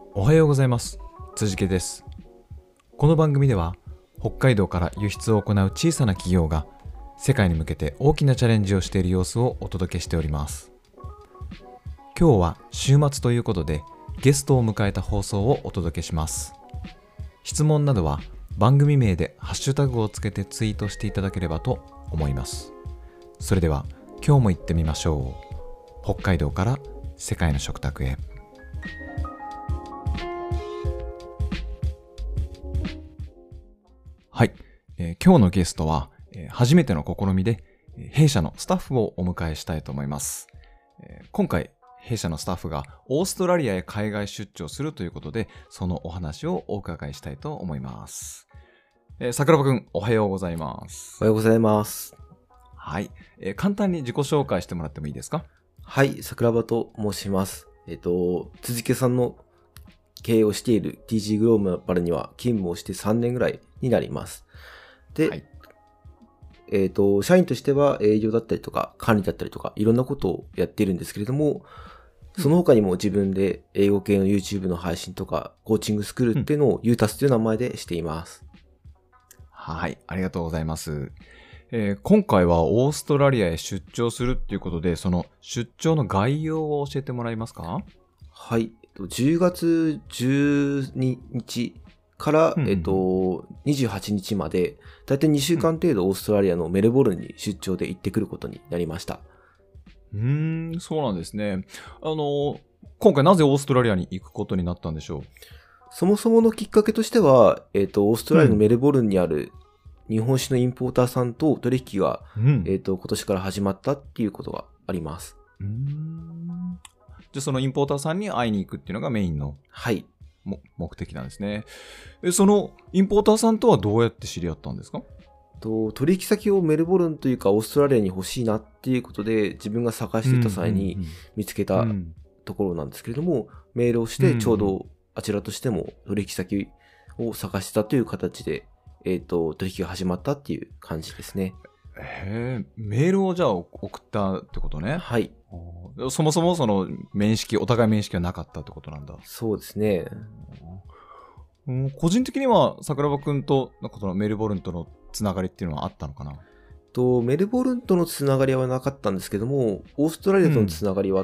おはようございます。辻家です。この番組では北海道から輸出を行う小さな企業が世界に向けて大きなチャレンジをしている様子をお届けしております。今日は週末ということでゲストを迎えた放送をお届けします。質問などは番組名でハッシュタグをつけてツイートしていただければと思います。それでは今日も行ってみましょう。北海道から世界の食卓へ。はい、今日のゲストは、初めての試みで、弊社のスタッフをお迎えしたいと思います。今回弊社のスタッフがオーストラリアへ海外出張するということで、そのお話をお伺いしたいと思います。桜庭くん、おはようございます。 おはようございます。 はい、簡単に自己紹介してもらってもいいですか？ はい、桜庭と申します。辻家さんの経営をしている TG グローバルには勤務をして3年ぐらいになります。で、はい、社員としては営業だったりとか管理だったりとかいろんなことをやっているんですけれども、その他にも自分で英語系の YouTube の配信とかコーチングスクールっていうのを UTAS という名前でしています。 はい、ありがとうございます。今回はオーストラリアへ出張するっていうことで、その出張の概要を教えてもらえますか？ はい、10月12日から、28日まで、だいたい2週間程度オーストラリアのメルボルンに出張で行ってくることになりました。 そうなんですね。今回なぜオーストラリアに行くことになったんでしょう？ そもそものきっかけとしては、オーストラリアのメルボルンにある日本酒のインポーターさんと取引が、今年から始まったっていうことがあります。 じゃあそのインポーターさんに会いに行くっていうのがメインの、 はい、 目的なんですね。そのインポーターさんとはどうやって知り合ったんですか？ 取引先をメルボルンというかオーストラリアに欲しいなっていうことで自分が探していた際に見つけたところなんですけれども、メールをしてちょうどあちらとしても取引先を探してたという形で、取引が始まったっていう感じですね。 メールをじゃあ送ったってことね。 はい。 そもそもそのお互い面識はなかったってことなんだ。 そうですね。 個人的には桜庭くんとなんかそのメルボルンとのつながりっていうのはあったのかな？ メルボルンとのつながりはなかったんですけども、オーストラリアとのつながりはあって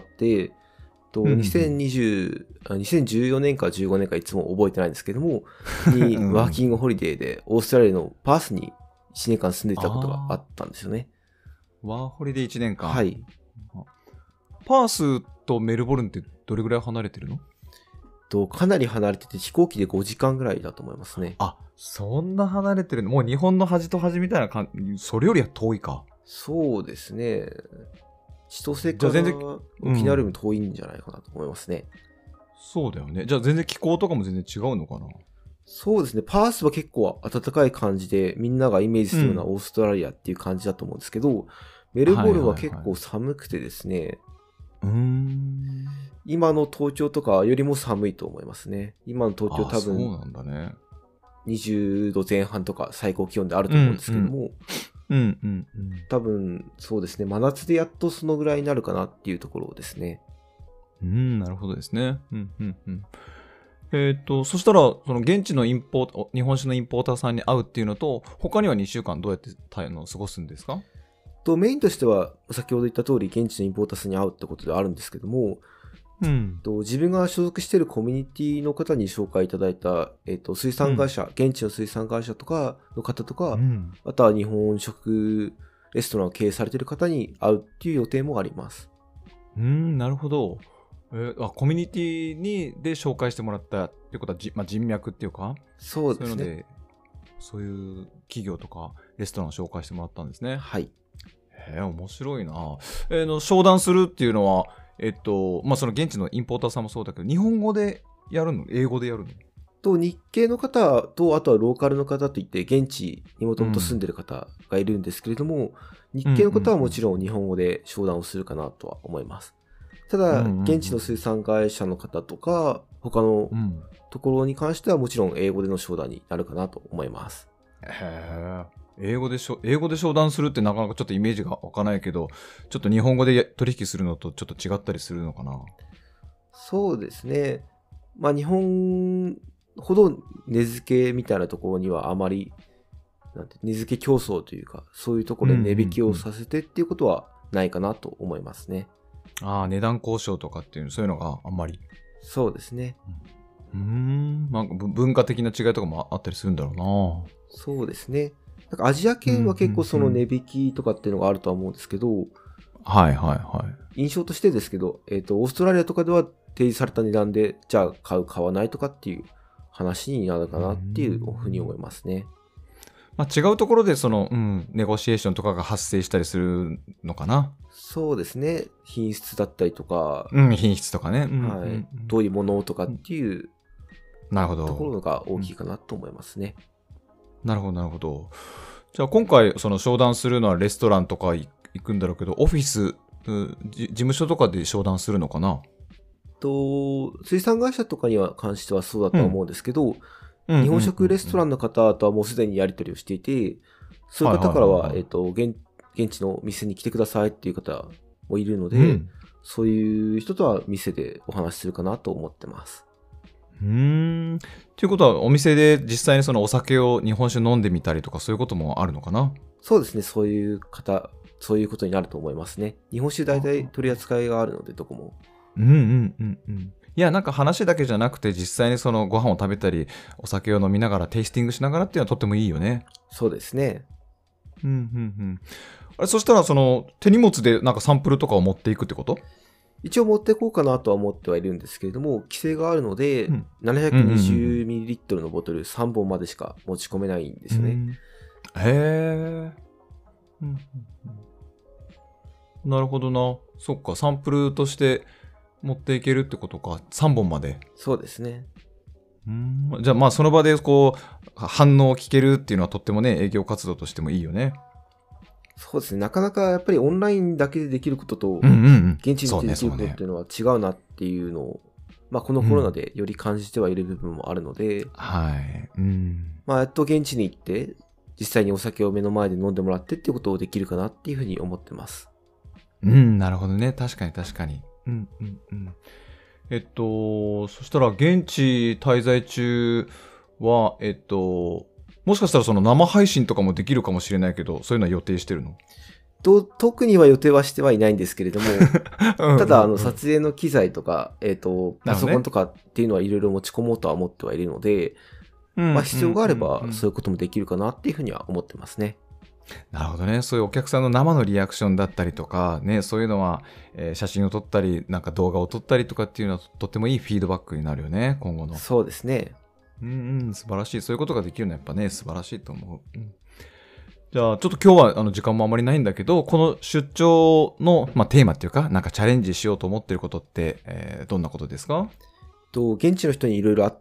、2014年か15年かいつも覚えてないんですけども、にワーキングホリデーでオーストラリアのパースに1年間住んでいたことがあったんですよね。 ワーホリで1年間。 はい。 パースとメルボルンってどれぐらい離れてるの？ かなり離れてて飛行機で5時間ぐらいだと思いますね。 あ、そんな離れてるの？もう日本の端と端みたいな感じ、それよりは遠いか。 そうですね。千歳から沖縄よりも遠いんじゃないかなと思いますね。 そうだよね。じゃあ全然気候とかも全然違うのかな？ そうですね。パースは結構暖かい感じで、みんながイメージするようなオーストラリアっていう感じだと思うんですけど、メルボルンは結構寒くてですね、今の東京とかよりも寒いと思いますね。今の東京多分、そうなんだね。20度前半とか最高気温であると思うんですけども、多分そうですね。真夏でやっとそのぐらいになるかなっていうところですね。 なるほどですね。そしたら、その現地の日本酒のインポーターさんに会うっていうのと、他には2週間どうやって過ごすんですか？ メインとしては、先ほど言った通り、現地のインポーターさんに会うってことではあるんですけども、自分が所属しているコミュニティの方に紹介いただいた、水産会社、現地の水産会社とかの方とか、あとは日本食レストランを経営されている方に会うっていう予定もあります。 なるほど。コミュニティで紹介してもらったっていうことは、人脈っていうか、 そうですね。 そういうので、そういう企業とかレストランを紹介してもらったんですね。 はい。 面白いな。商談するっていうのは、その現地のインポーターさんもそうだけど、日本語でやるの？英語でやるの？ 日系の方と、あとはローカルの方といって、現地にもともと住んでる方がいるんですけれども、日系の方はもちろん日本語で商談をするかなとは思います。ただ、現地の水産会社の方とか、他のところに関してはもちろん英語での商談になるかなと思います。 英語で商談するってなかなかちょっとイメージが湧かないけど、ちょっと日本語で取引するのとちょっと違ったりするのかな？ そうですね。 日本ほど値付けみたいなところにはあまり、値付け競争というか、そういうところで値引きをさせてっていうことはないかなと思いますね。 値段交渉とかっていう、そういうのがあんまり。 そうですね。 なんか文化的な違いとかもあったりするんだろうな。 そうですね。なんかアジア圏は結構その値引きとかっていうのがあるとは思うんですけど、印象としてですけど、オーストラリアとかでは提示された値段で、じゃあ買わないとかっていう話になるかなっていうふうに思いますね。 違うところでネゴシエーションとかが発生したりするのかな。 そうですね。品質だったりとか、 品質とかね、 どういうものとかっていうなるほどところが大きいかなと思いますね。 なるほど。じゃあ今回商談するのはレストランとか行くんだろうけど、オフィス、事務所とかで商談するのかな。 水産会社とかには関してはそうだとは思うんですけど、日本食レストランの方とはもうすでにやり取りをしていて、そういう方からは、現地の店に来てくださいっていう方もいるので、そういう人とは店でお話しするかなと思ってます。 ということは、お店で実際にお酒を日本酒飲んでみたりとか、そういうこともあるのかな。 そうですね。そういうことになると思いますね。日本酒大体取り扱いがあるので、どこも。 いや、なんか話だけじゃなくて、実際にご飯を食べたり、お酒を飲みながら、テイスティングしながらっていうのはとってもいいよね。 そうですね。 そしたら、手荷物でなんかサンプルとかを持っていくってこと？ 一応持っていこうかなとは思ってはいるんですけれども、規制があるので、720ml のボトル3本までしか持ち込めないんですね。 へー。なるほどな。そっか、サンプルとして持っていけるってことか。3本まで。 そうですね。 じゃあその場で反応を聞けるっていうのはとってもね、営業活動としてもいいよね。 そうですね。なかなかやっぱりオンラインだけでできることと、現地でできることっていうのは違うなっていうのを、このコロナでより感じてはいる部分もあるので、やっと現地に行って、実際にお酒を目の前で飲んでもらってっていうことをできるかなっていうふうに思ってます。 なるほどね。確かに。そしたら現地滞在中は、もしかしたら生配信とかもできるかもしれないけど、そういうのは予定してるの？ 特には予定はしてはいないんですけれども、ただ撮影の機材とか、パソコンとかっていうのはいろいろ持ち込もうとは思ってはいるので、必要があればそういうこともできるかなっていうふうには思ってますね。 なるほどね。そういうお客さんの生のリアクションだったりとか、ね、そういうのは、写真を撮ったり、なんか動画を撮ったりとかっていうのはとってもいいフィードバックになるよね、今後の。 そうですね。 素晴らしい。そういうことができるのはやっぱね、素晴らしいと思う。じゃあ、ちょっと今日は時間もあまりないんだけど、この出張の、テーマっていうか、なんかチャレンジしようと思ってることって、どんなことですか？ 現地の人にいろいろあって、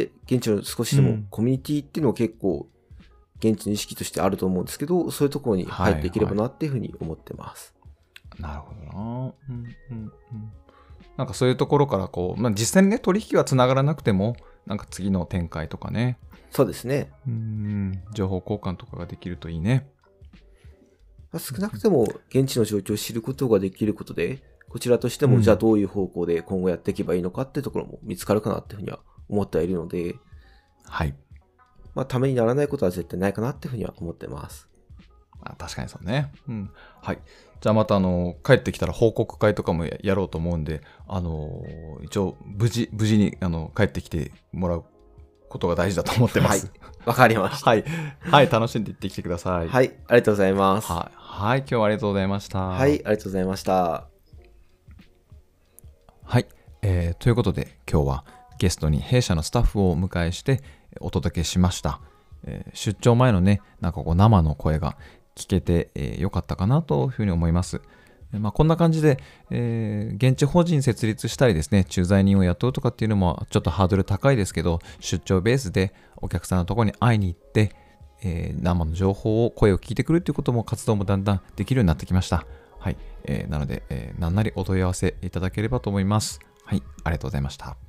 現地の少しでもコミュニティっていうのを結構、現地の意識としてあると思うんですけど、そういうところに入っていければなっていうふうに思ってます。 なるほどな。なんかそういうところから実際にね、取引はつながらなくても、なんか次の展開とかね。 そうですね。 情報交換とかができるといいね。 少なくとも現地の状況を知ることができることで、こちらとしてもじゃあどういう方向で今後やっていけばいいのかっていうところも見つかるかなっていうふうには思ってはいるので、 はい。 ためにならないことは絶対ないかなっていうふうには思ってます。 確かにそうね。はい。じゃあまた帰ってきたら報告会とかもやろうと思うんで、一応無事に帰ってきてもらうことが大事だと思ってます。 はい。わかりました。 はい。楽しんでいってきてください。 はい。ありがとうございます。 はい。今日はありがとうございました。 はい。ありがとうございました。 はい。ということで今日はゲストに弊社のスタッフをお迎えしてお届けしました。出張前のね、なんか生の声が聞けてよかったかなというふうに思います。こんな感じで、現地法人設立したりですね、駐在人を雇うとかっていうのもちょっとハードル高いですけど、出張ベースでお客さんのところに会いに行って、生の情報を、声を聞いてくるっていうことも活動もだんだんできるようになってきました。はい。なので、何なりお問い合わせいただければと思います。はい。ありがとうございました。